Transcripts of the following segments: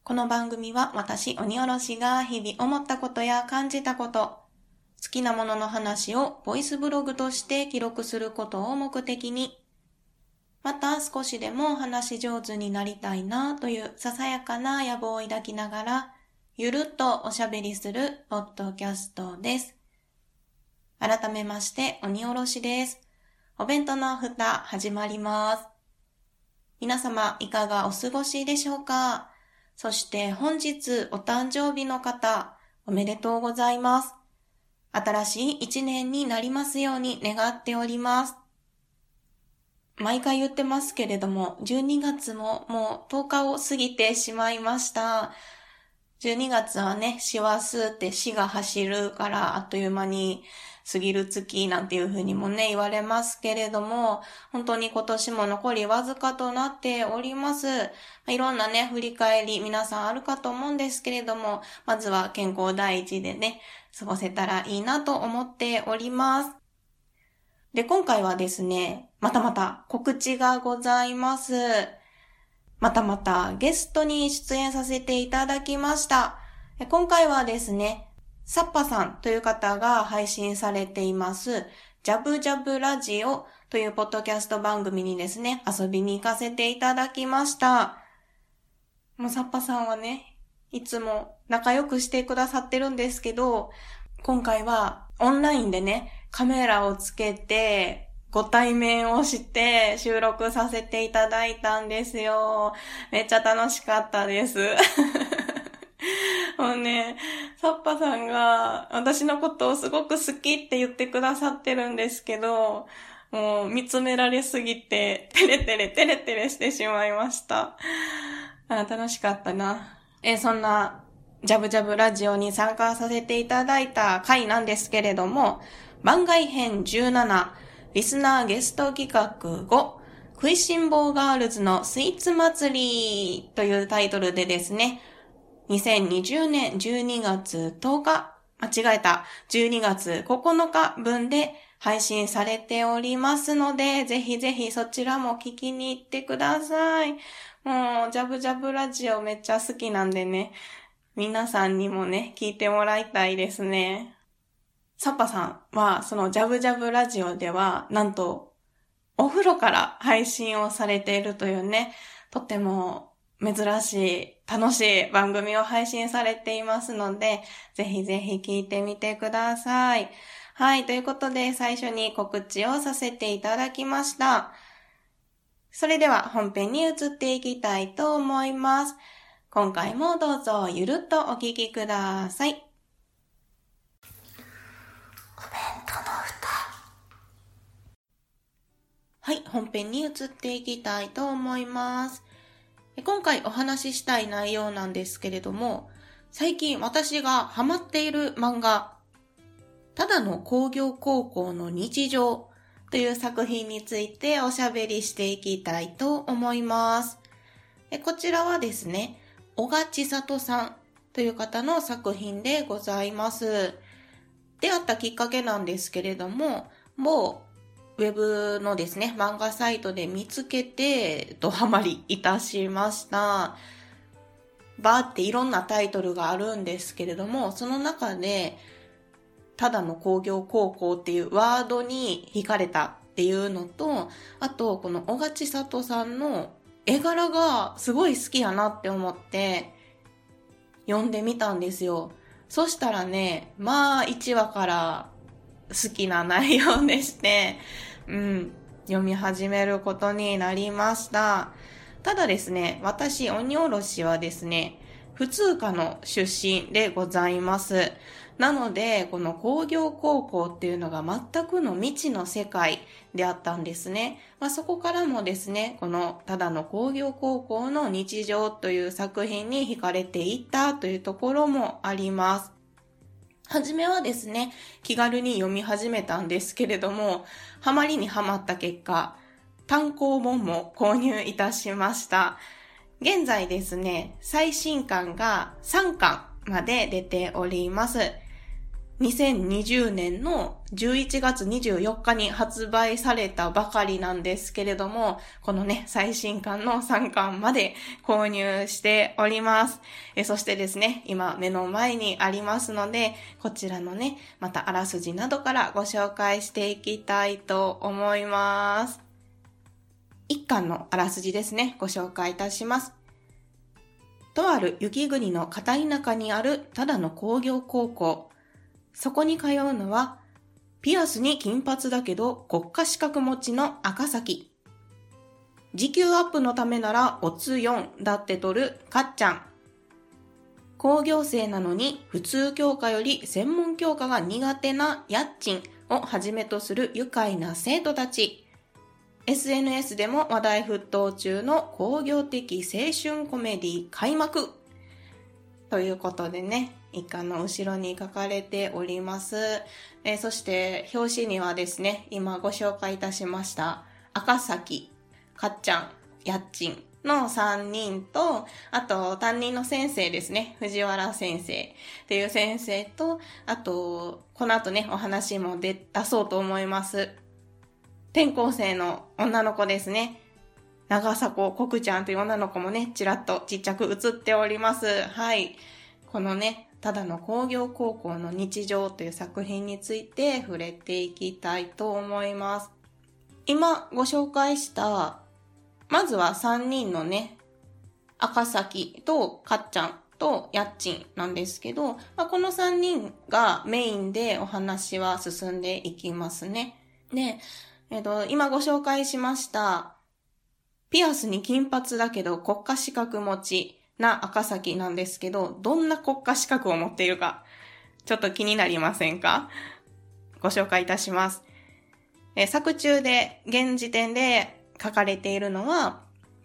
この番組は私、鬼おろしが日々思ったことや感じたこと、好きなものの話をボイスブログとして記録することを目的に、また少しでも話し上手になりたいなというささやかな野望を抱きながら、ゆるっとおしゃべりするポッドキャストです。改めまして、鬼おろしです。お弁当の蓋始まります。皆様いかがお過ごしでしょうか？そして本日お誕生日の方、おめでとうございます。新しい一年になりますように願っております。毎回言ってますけれども、12月ももう10日を過ぎてしまいました。12月はね、師走って死が走るからあっという間に過ぎる月なんていう風にもね、言われますけれども、本当に今年も残りわずかとなっております。いろんなね、振り返り皆さんあるかと思うんですけれども、まずは健康第一でね、過ごせたらいいなと思っております。で、今回はですね、また告知がございます。またゲストに出演させていただきました。今回はですね、サッパさんという方が配信されています、ジャブジャブラジオというポッドキャスト番組にですね、遊びに行かせていただきました。もうサッパさんはね、いつも仲良くしてくださってるんですけど、今回はオンラインでね、カメラをつけて、ご対面をして収録させていただいたんですよ。めっちゃ楽しかったです。もうね、サッパさんが私のことをすごく好きって言ってくださってるんですけど、もう見つめられすぎて、テレテレしてしまいました。楽しかったな。そんな、ジャブジャブラジオに参加させていただいた回なんですけれども、番外編17、リスナーゲスト企画5、食いしん坊ガールズのスイーツ祭りというタイトルでですね、2020年12月10日、12月9日分で配信されておりますので、ぜひぜひそちらも聞きに行ってください。もう、ジャブジャブラジオめっちゃ好きなんでね、皆さんにもね、聞いてもらいたいですね。サッパさんは、そのジャブジャブラジオでは、なんと、お風呂から配信をされているというね、とっても珍しい、楽しい番組を配信されていますので、ぜひぜひ聞いてみてください。はい、ということで最初に告知をさせていただきました。それでは本編に移っていきたいと思います。今回もどうぞゆるっとお聞きください。はい、本編に移っていきたいと思います。今回お話ししたい内容なんですけれども、最近私がハマっている漫画、ただの工業高校の日常という作品についておしゃべりしていきたいと思います。こちらはですね、小賀千里さんという方の作品でございます。出会ったきっかけなんですけれども、もうウェブのですね、漫画サイトで見つけて、ドハマりいたしました。バーっていろんなタイトルがあるんですけれども、その中で、ただの工業高校っていうワードに惹かれたっていうのと、あと、この小賀千里さんの絵柄がすごい好きやなって思って、読んでみたんですよ。そしたらね、1話から好きな内容でして、読み始めることになりました。ただですね、私、鬼おろしはですね、普通科の出身でございます。なので、この工業高校っていうのが全くの未知の世界であったんですね。そこからもですね、このただの工業高校の日常という作品に惹かれていったというところもあります。はじめはですね、気軽に読み始めたんですけれども、ハマりにハマった結果、単行本も購入いたしました。現在ですね、最新刊が3巻まで出ております。 2020年の11月24日に発売されたばかりなんですけれども、このね、最新刊の3巻まで購入しております。そしてですね、今目の前にありますので、こちらのね、またあらすじなどからご紹介していきたいと思います。1巻のあらすじですね、ご紹介いたします。とある雪国の片田舎にあるただの工業高校。そこに通うのは、ピアスに金髪だけど国家資格持ちの赤崎。時給アップのためならオツ4だって取るかっちゃん。工業生なのに普通教科より専門教科が苦手なやっちんをはじめとする愉快な生徒たち。SNS でも話題沸騰中の工業的青春コメディ開幕。ということでね、一巻の後ろに書かれております。そして表紙にはですね、今ご紹介いたしました赤崎、かっちゃん、やっちんの3人と、あと担任の先生ですね、藤原先生っていう先生と、あとこの後ね、お話も出そうと思います。転校生の女の子ですね。長迫国ちゃんという女の子もね、ちらっとちっちゃく映っております。はい。このね、ただの工業高校の日常という作品について触れていきたいと思います。今ご紹介した、まずは3人のね、赤崎とかっちゃんとやっちんなんですけど、この3人がメインでお話は進んでいきますね。で、今ご紹介しました、ピアスに金髪だけど国家資格持ちな赤崎なんですけど、どんな国家資格を持っているか、ちょっと気になりませんか？ご紹介いたします。作中で現時点で書かれているのは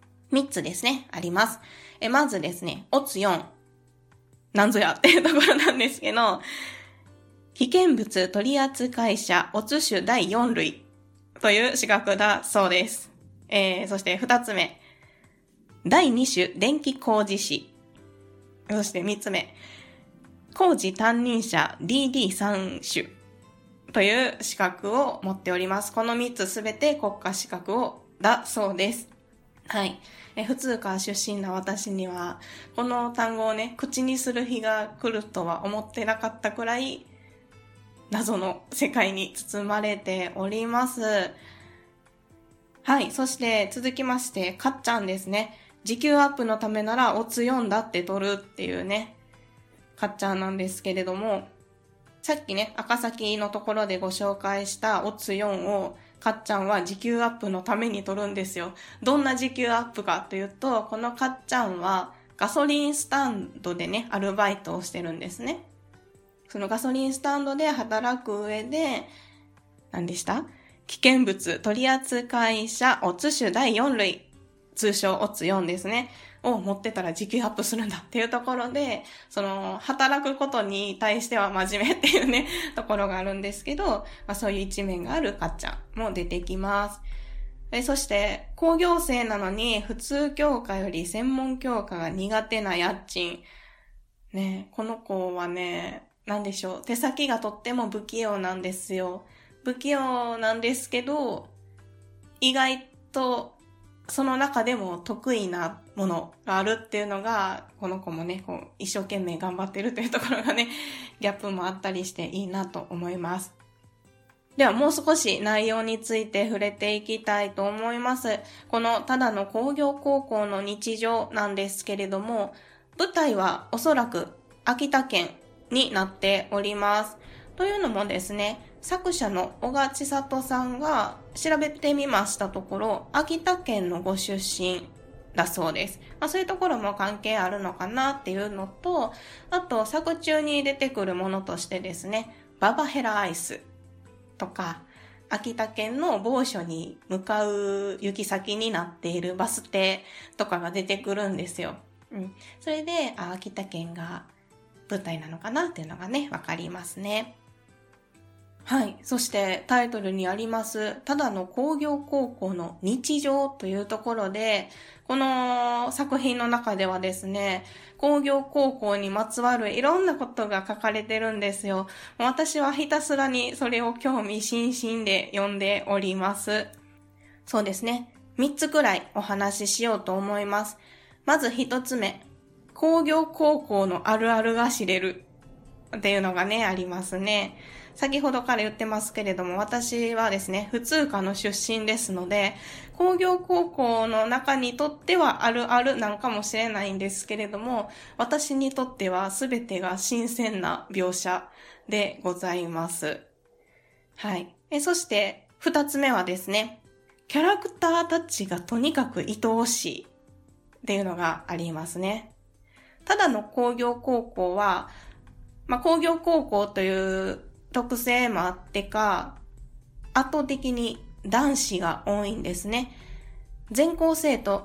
3つですね、あります。まずですね、オツ4。なんぞやっていうところなんですけど、危険物取扱者オツ種第4類という資格だそうです。そして2つ目。第2種電気工事士。そして3つ目。工事担任者 DD3 種という資格を持っております。この3つすべて国家資格だそうです。はい。普通科出身な私には、この単語をね、口にする日が来るとは思ってなかったくらい、謎の世界に包まれております。はい。そして続きまして、かっちゃんですね。時給アップのためならオツ4だって取るっていうね、かっちゃんなんですけれども、さっきね、赤崎のところでご紹介したオツ4を、かっちゃんは時給アップのために取るんですよ。どんな時給アップかというと、このかっちゃんはガソリンスタンドでね、アルバイトをしてるんですね。そのガソリンスタンドで働く上で、何でした？危険物取扱者オツ種第4類、通称オツ4ですね。を持ってたら時給アップするんだっていうところで、その働くことに対しては真面目っていうね、ところがあるんですけど、そういう一面があるかっちゃんも出てきます。そして工業生なのに普通教科より専門教科が苦手なやっちん。ね、この子はね、なんでしょう、手先がとっても不器用なんですよ。不器用なんですけど、意外とその中でも得意なものがあるっていうのが、この子もね、こう一生懸命頑張ってるというところがね、ギャップもあったりしていいなと思います。ではもう少し内容について触れていきたいと思います。このただの工業高校の日常なんですけれども、舞台はおそらく秋田県になっております。というのもですね、作者の小賀千里さんが調べてみましたところ、秋田県のご出身だそうです。そういうところも関係あるのかなっていうのと、あと作中に出てくるものとしてですね、ババヘラアイスとか、秋田県の某所に向かう行き先になっているバス停とかが出てくるんですよ。それで、秋田県が舞台なのかなっていうのがね、わかりますね。 はい。そしてタイトルにあります、ただの工業高校の日常というところで、この作品の中ではですね、工業高校にまつわるいろんなことが書かれてるんですよ。私はひたすらにそれを興味津々で読んでおります。そうですね。3つくらいお話ししようと思います。まず1つ目。工業高校のあるあるが知れるっていうのがね、ありますね。先ほどから言ってますけれども、私はですね、普通科の出身ですので、工業高校の中にとってはあるあるなんかもしれないんですけれども、私にとっては全てが新鮮な描写でございます。はい。そして、二つ目はですね、キャラクターたちがとにかく愛おしいっていうのがありますね。ただの工業高校は、工業高校という特性もあってか、圧倒的に男子が多いんですね。全校生徒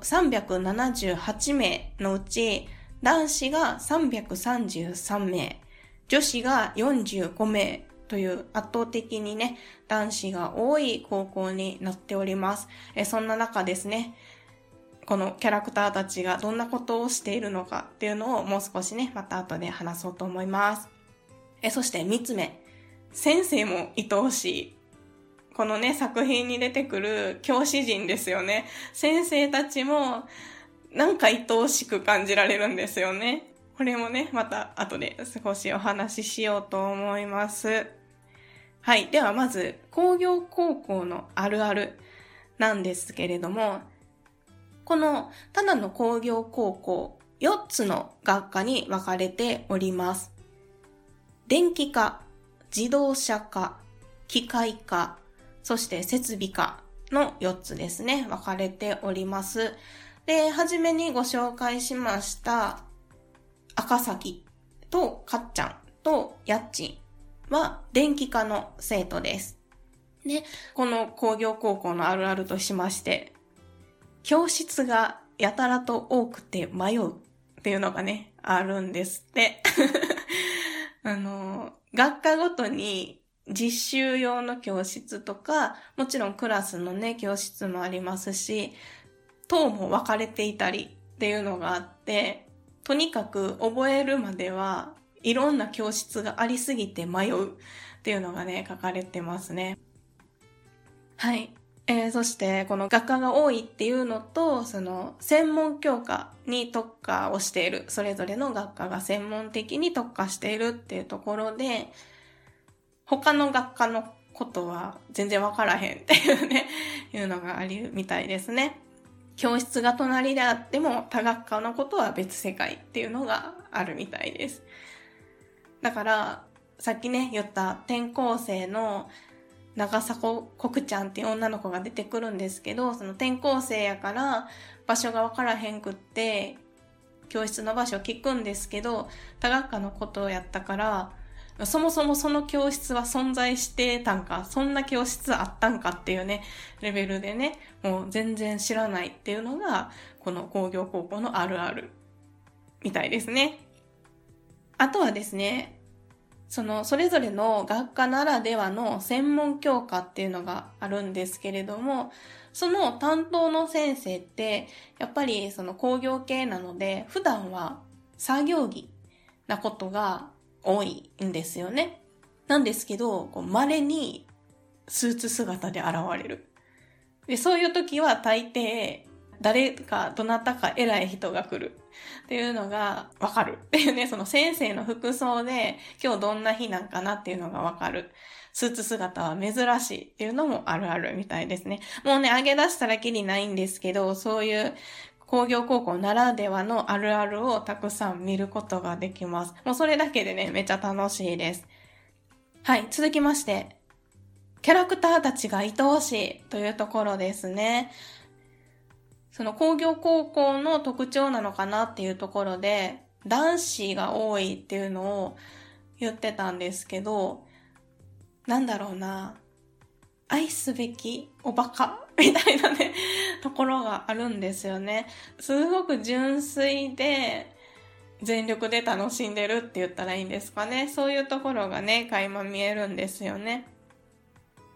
378名のうち、男子が333名、女子が45名という圧倒的にね、男子が多い高校になっております。そんな中ですね、このキャラクターたちがどんなことをしているのかっていうのをもう少しね、また後で話そうと思います。そして三つ目、先生も愛おしい。このね、作品に出てくる教師陣ですよね。先生たちもなんか愛おしく感じられるんですよね。これもね、また後で少しお話ししようと思います。はい。ではまず、工業高校のあるあるなんですけれども、このただの工業高校、4つの学科に分かれております。電気科、自動車科、機械科、そして設備科の4つですね、分かれております。で、はじめにご紹介しました赤崎とかっちゃんとやっちんは電気科の生徒です。で、この工業高校のあるあるとしまして、教室がやたらと多くて迷うっていうのがね、あるんですって。学科ごとに実習用の教室とか、もちろんクラスのね、教室もありますし、等も分かれていたりっていうのがあって、とにかく覚えるまではいろんな教室がありすぎて迷うっていうのがね、書かれてますね。はい。そしてこの学科が多いっていうのと、その専門教科に特化をしている、それぞれの学科が専門的に特化しているっていうところで、他の学科のことは全然わからへんっていうね、いうのがあるみたいですね。教室が隣であっても他学科のことは別世界っていうのがあるみたいです。だから、さっきね、言った転校生の長迫国ちゃんっていう女の子が出てくるんですけど、その転校生やから場所がわからへんくって、教室の場所を聞くんですけど、多学科のことをやったから、そもそもその教室は存在してたんか、そんな教室あったんかっていうね、レベルでね、もう全然知らないっていうのが、この工業高校のあるあるみたいですね。あとはですね、それぞれの学科ならではの専門教科っていうのがあるんですけれども、その担当の先生って、やっぱりその工業系なので、普段は作業着なことが多いんですよね。なんですけど、稀にスーツ姿で現れる。で、そういう時は大抵、誰かどなたか偉い人が来るっていうのがわかるっていうね、その先生の服装で今日どんな日なんかなっていうのがわかる。スーツ姿は珍しいっていうのもあるあるみたいですね。もうね、上げ出したらきりないんですけど、そういう工業高校ならではのあるあるをたくさん見ることができます。もうそれだけでね、めっちゃ楽しいです。はい、続きまして、キャラクターたちが愛おしいというところですね。その工業高校の特徴なのかなっていうところで、男子が多いっていうのを言ってたんですけど、なんだろうな、愛すべきおバカみたいなね、ところがあるんですよね。すごく純粋で、全力で楽しんでるって言ったらいいんですかね。そういうところがね、垣間見えるんですよね。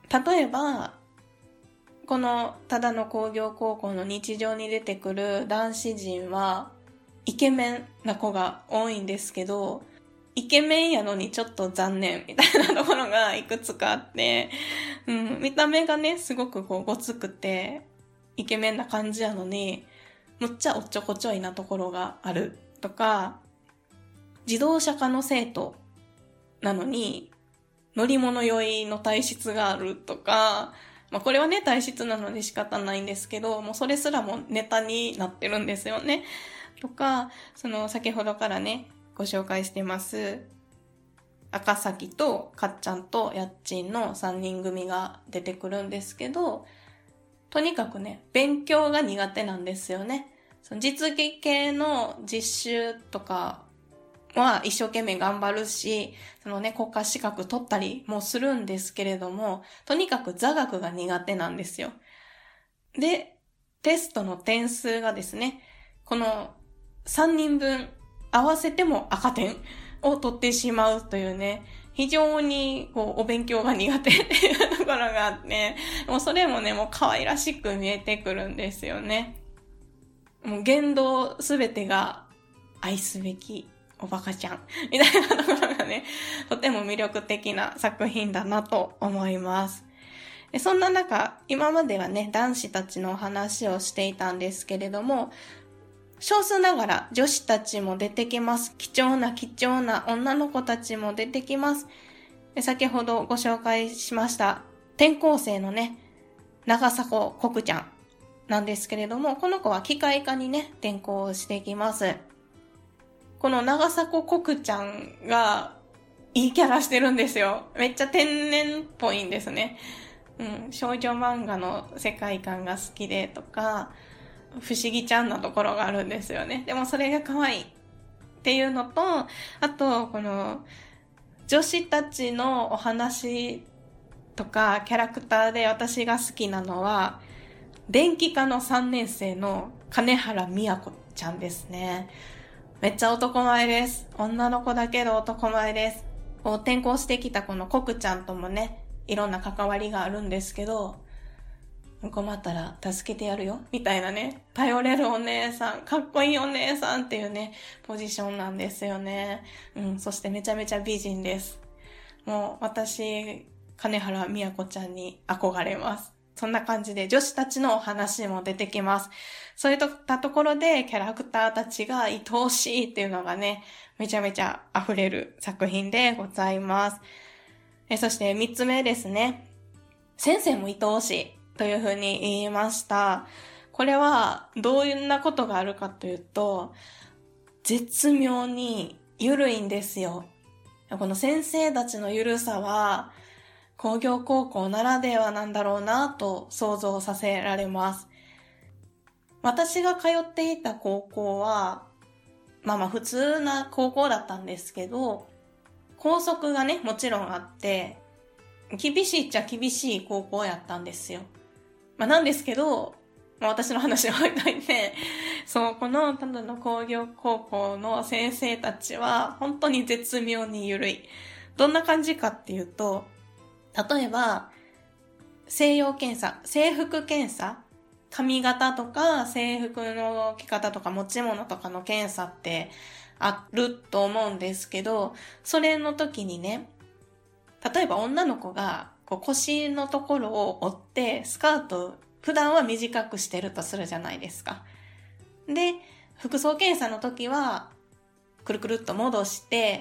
例えば、このただの工業高校の日常に出てくる男子陣はイケメンな子が多いんですけど、イケメンやのにちょっと残念みたいなところがいくつかあって、見た目がね、すごくごつくてイケメンな感じやのに、むっちゃおっちょこちょいなところがあるとか、自動車科の生徒なのに乗り物酔いの体質があるとか、これはね、体質なので仕方ないんですけど、もうそれすらもネタになってるんですよね。とか、先ほどからね、ご紹介してます、赤崎とかっちゃんとやっちんの3人組が出てくるんですけど、とにかくね、勉強が苦手なんですよね。実技系の実習とかは一生懸命頑張るし、国家資格取ったりもするんですけれども、とにかく座学が苦手なんですよ。で、テストの点数がですね、この3人分合わせても赤点を取ってしまうというね、非常にお勉強が苦手っていうところがあって、もうそれもね、もう可愛らしく見えてくるんですよね。もう言動すべてが愛すべきおバカちゃんみたいなところがね、とても魅力的な作品だなと思います。で、そんな中、今まではね、男子たちの話をしていたんですけれども、少数ながら女子たちも出てきます。貴重な女の子たちも出てきます。で、先ほどご紹介しました転校生のね、長迫国ちゃんなんですけれども、この子は機械科にね、転校してきます。この長迫国ちゃんがいいキャラしてるんですよ。めっちゃ天然っぽいんですね。少女漫画の世界観が好きでとか、不思議ちゃんなところがあるんですよね。でもそれが可愛いっていうのと、あとこの女子たちのお話とかキャラクターで私が好きなのは、電気科の3年生の金原みやこちゃんですね。めっちゃ男前です。女の子だけど男前です。転校してきたこの国ちゃんともね、いろんな関わりがあるんですけど、困ったら助けてやるよみたいなね、頼れるお姉さん、かっこいいお姉さんっていうね、ポジションなんですよね。そしてめちゃめちゃ美人です。もう私、金原みやこちゃんに憧れます。そんな感じで女子たちのお話も出てきます。そういったところでキャラクターたちが愛おしいっていうのがね、めちゃめちゃ溢れる作品でございます。そして3つ目ですね。先生も愛おしいというふうに言いました。これはどんなことがあるかというと、絶妙に緩いんですよ。この先生たちの緩さは工業高校ならではなんだろうなと想像させられます。私が通っていた高校は、普通な高校だったんですけど、校則がね、もちろんあって、厳しいっちゃ厳しい高校やったんですよ。なんですけど、私の話を置いといて、このただの工業高校の先生たちは本当に絶妙に緩い。どんな感じかっていうと、例えば、西洋検査、制服検査、髪型とか制服の着方とか持ち物とかの検査ってあると思うんですけど、それの時にね、例えば女の子が腰のところを折ってスカート普段は短くしてるとするじゃないですか。で、服装検査の時はくるくるっと戻して、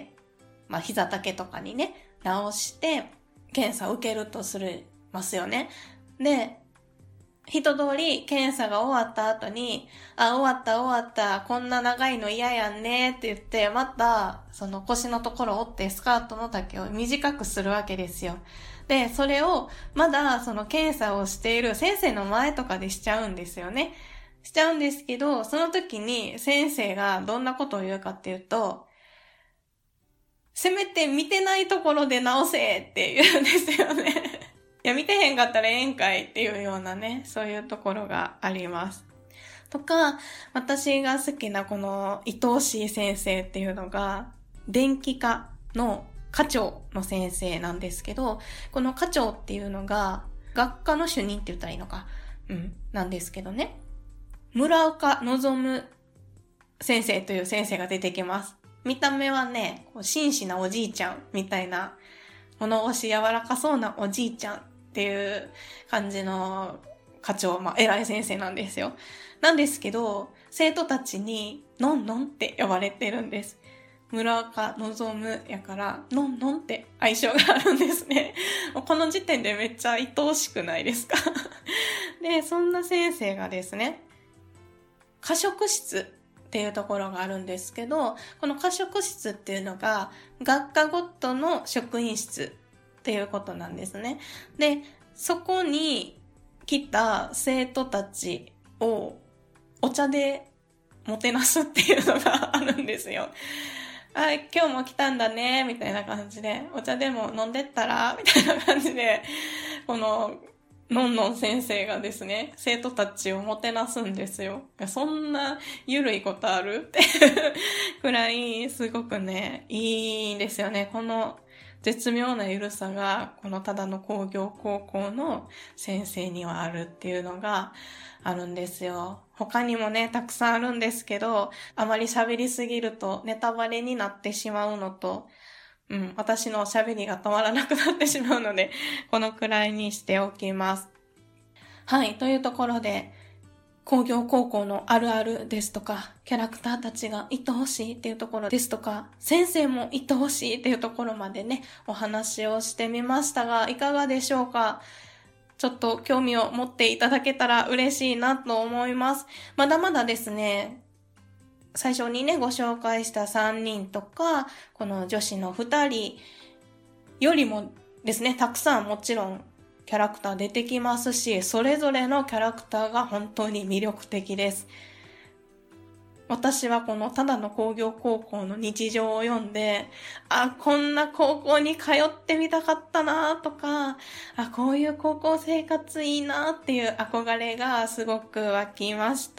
膝丈とかにね、直して検査を受けるとするますよね。で、一通り検査が終わった後に、終わった、こんな長いの嫌やんねって言って、またその腰のところを折ってスカートの丈を短くするわけですよ。で、それをまだその検査をしている先生の前とかでしちゃうんですよね。しちゃうんですけど、その時に先生がどんなことを言うかっていうと、せめて見てないところで直せって言うんですよね。いや、見てへんかったらええんかいっていうようなね、そういうところがあります。とか、私が好きなこの愛おしい先生っていうのが、電気科の課長の先生なんですけど、この課長っていうのが、学科の主任って言ったらいいのか、なんですけどね。村岡望先生という先生が出てきます。見た目はね、紳士なおじいちゃんみたいな、物腰柔らかそうなおじいちゃんっていう感じの課長、偉い先生なんですよ。なんですけど、生徒たちにのんのんって呼ばれてるんです。村岡望やからのんのんって愛称があるんですね。この時点でめっちゃ愛おしくないですか？で、そんな先生がですね、過食室っていうところがあるんですけど、この過食室っていうのが学科ごとの職員室っていうことなんですね。で、そこに来た生徒たちをお茶でもてなすっていうのがあるんですよ。今日も来たんだね、みたいな感じで、お茶でも飲んでったらみたいな感じで、この、のんのん先生がですね、生徒たちをもてなすんですよ。そんなゆるいことあるってくらい、すごくね、いいんですよね。この絶妙なゆるさが、このただの工業高校の先生にはあるっていうのがあるんですよ。他にもね、たくさんあるんですけど、あまり喋りすぎるとネタバレになってしまうのと、私の喋りが止まらなくなってしまうので、このくらいにしておきます。はい、というところで、工業高校のあるあるですとか、キャラクターたちがいてほしいっていうところですとか、先生もいてほしいっていうところまでね、お話をしてみましたが、いかがでしょうか？ちょっと興味を持っていただけたら嬉しいなと思います。まだまだですね、最初にね、ご紹介した3人とか、この女子の2人よりもですね、たくさんもちろんキャラクター出てきますし、それぞれのキャラクターが本当に魅力的です。私はこのただの工業高校の日常を読んで、こんな高校に通ってみたかったなとか、こういう高校生活いいなっていう憧れがすごく湧きました。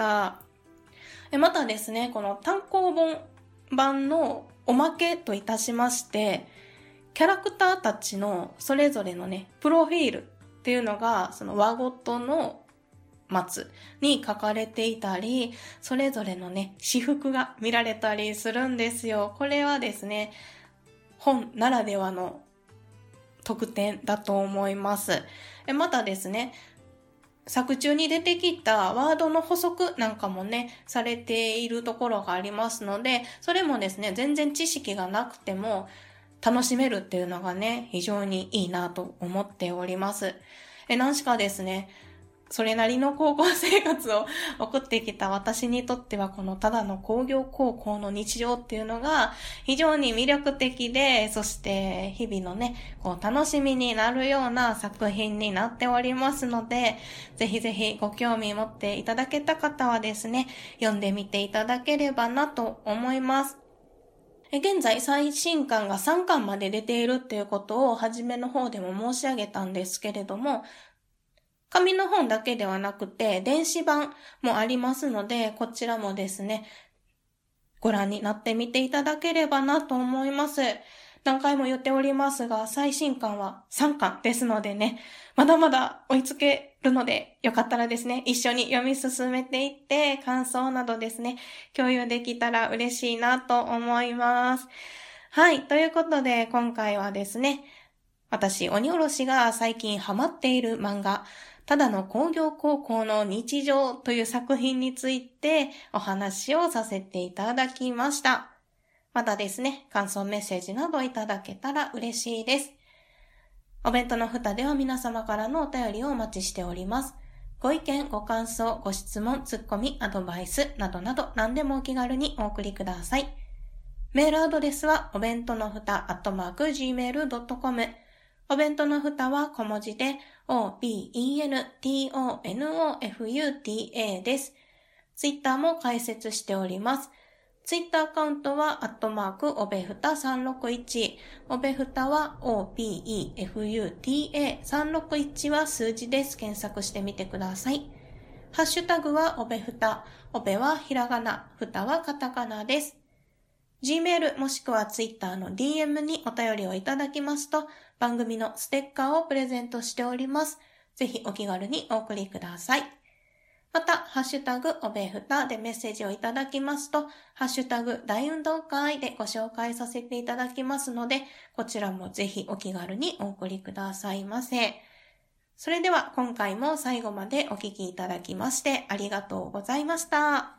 またですね、この単行本版のおまけといたしまして、キャラクターたちのそれぞれのね、プロフィールっていうのが、その和ごとの末に書かれていたり、それぞれのね、私服が見られたりするんですよ。これはですね、本ならではの特典だと思います。またですね、作中に出てきたワードの補足なんかもね、されているところがありますので、それもですね、全然知識がなくても楽しめるっていうのがね、非常にいいなと思っております。何しかですね、それなりの高校生活を送ってきた私にとっては、このただの工業高校の日常っていうのが非常に魅力的で、そして日々のね、楽しみになるような作品になっておりますので、ぜひぜひご興味持っていただけた方はですね、読んでみていただければなと思います。現在最新刊が3巻まで出ているっていうことを初めの方でも申し上げたんですけれども、紙の本だけではなくて電子版もありますので、こちらもですね、ご覧になってみていただければなと思います。何回も言っておりますが、最新刊は3巻ですのでね、まだまだ追いつけるので、よかったらですね、一緒に読み進めていって、感想などですね、共有できたら嬉しいなと思います。はい、ということで今回はですね、私、鬼おろしが最近ハマっている漫画、ただの工業高校の日常という作品についてお話をさせていただきました。またですね、感想メッセージなどいただけたら嬉しいです。お弁当のふたでは皆様からのお便りをお待ちしております。ご意見、ご感想、ご質問、ツッコミ、アドバイスなどなど何でもお気軽にお送りください。メールアドレスはお弁当のふた@gmail.com。お弁当のふたは小文字で OBENTONOFUTA です。ツイッターも開設しております。ツイッターアカウントはおべふた361。おべふたは OBEFUTA361 は数字です。検索してみてください。ハッシュタグはおべふた。おべはひらがな、ふたはカタカナです。 Gmail もしくは Twitter の DM にお便りをいただきますと、番組のステッカーをプレゼントしております。ぜひお気軽にお送りください。また、ハッシュタグおべふたでメッセージをいただきますと、ハッシュタグ大運動会でご紹介させていただきますので、こちらもぜひお気軽にお送りくださいませ。それでは今回も最後までお聞きいただきましてありがとうございました。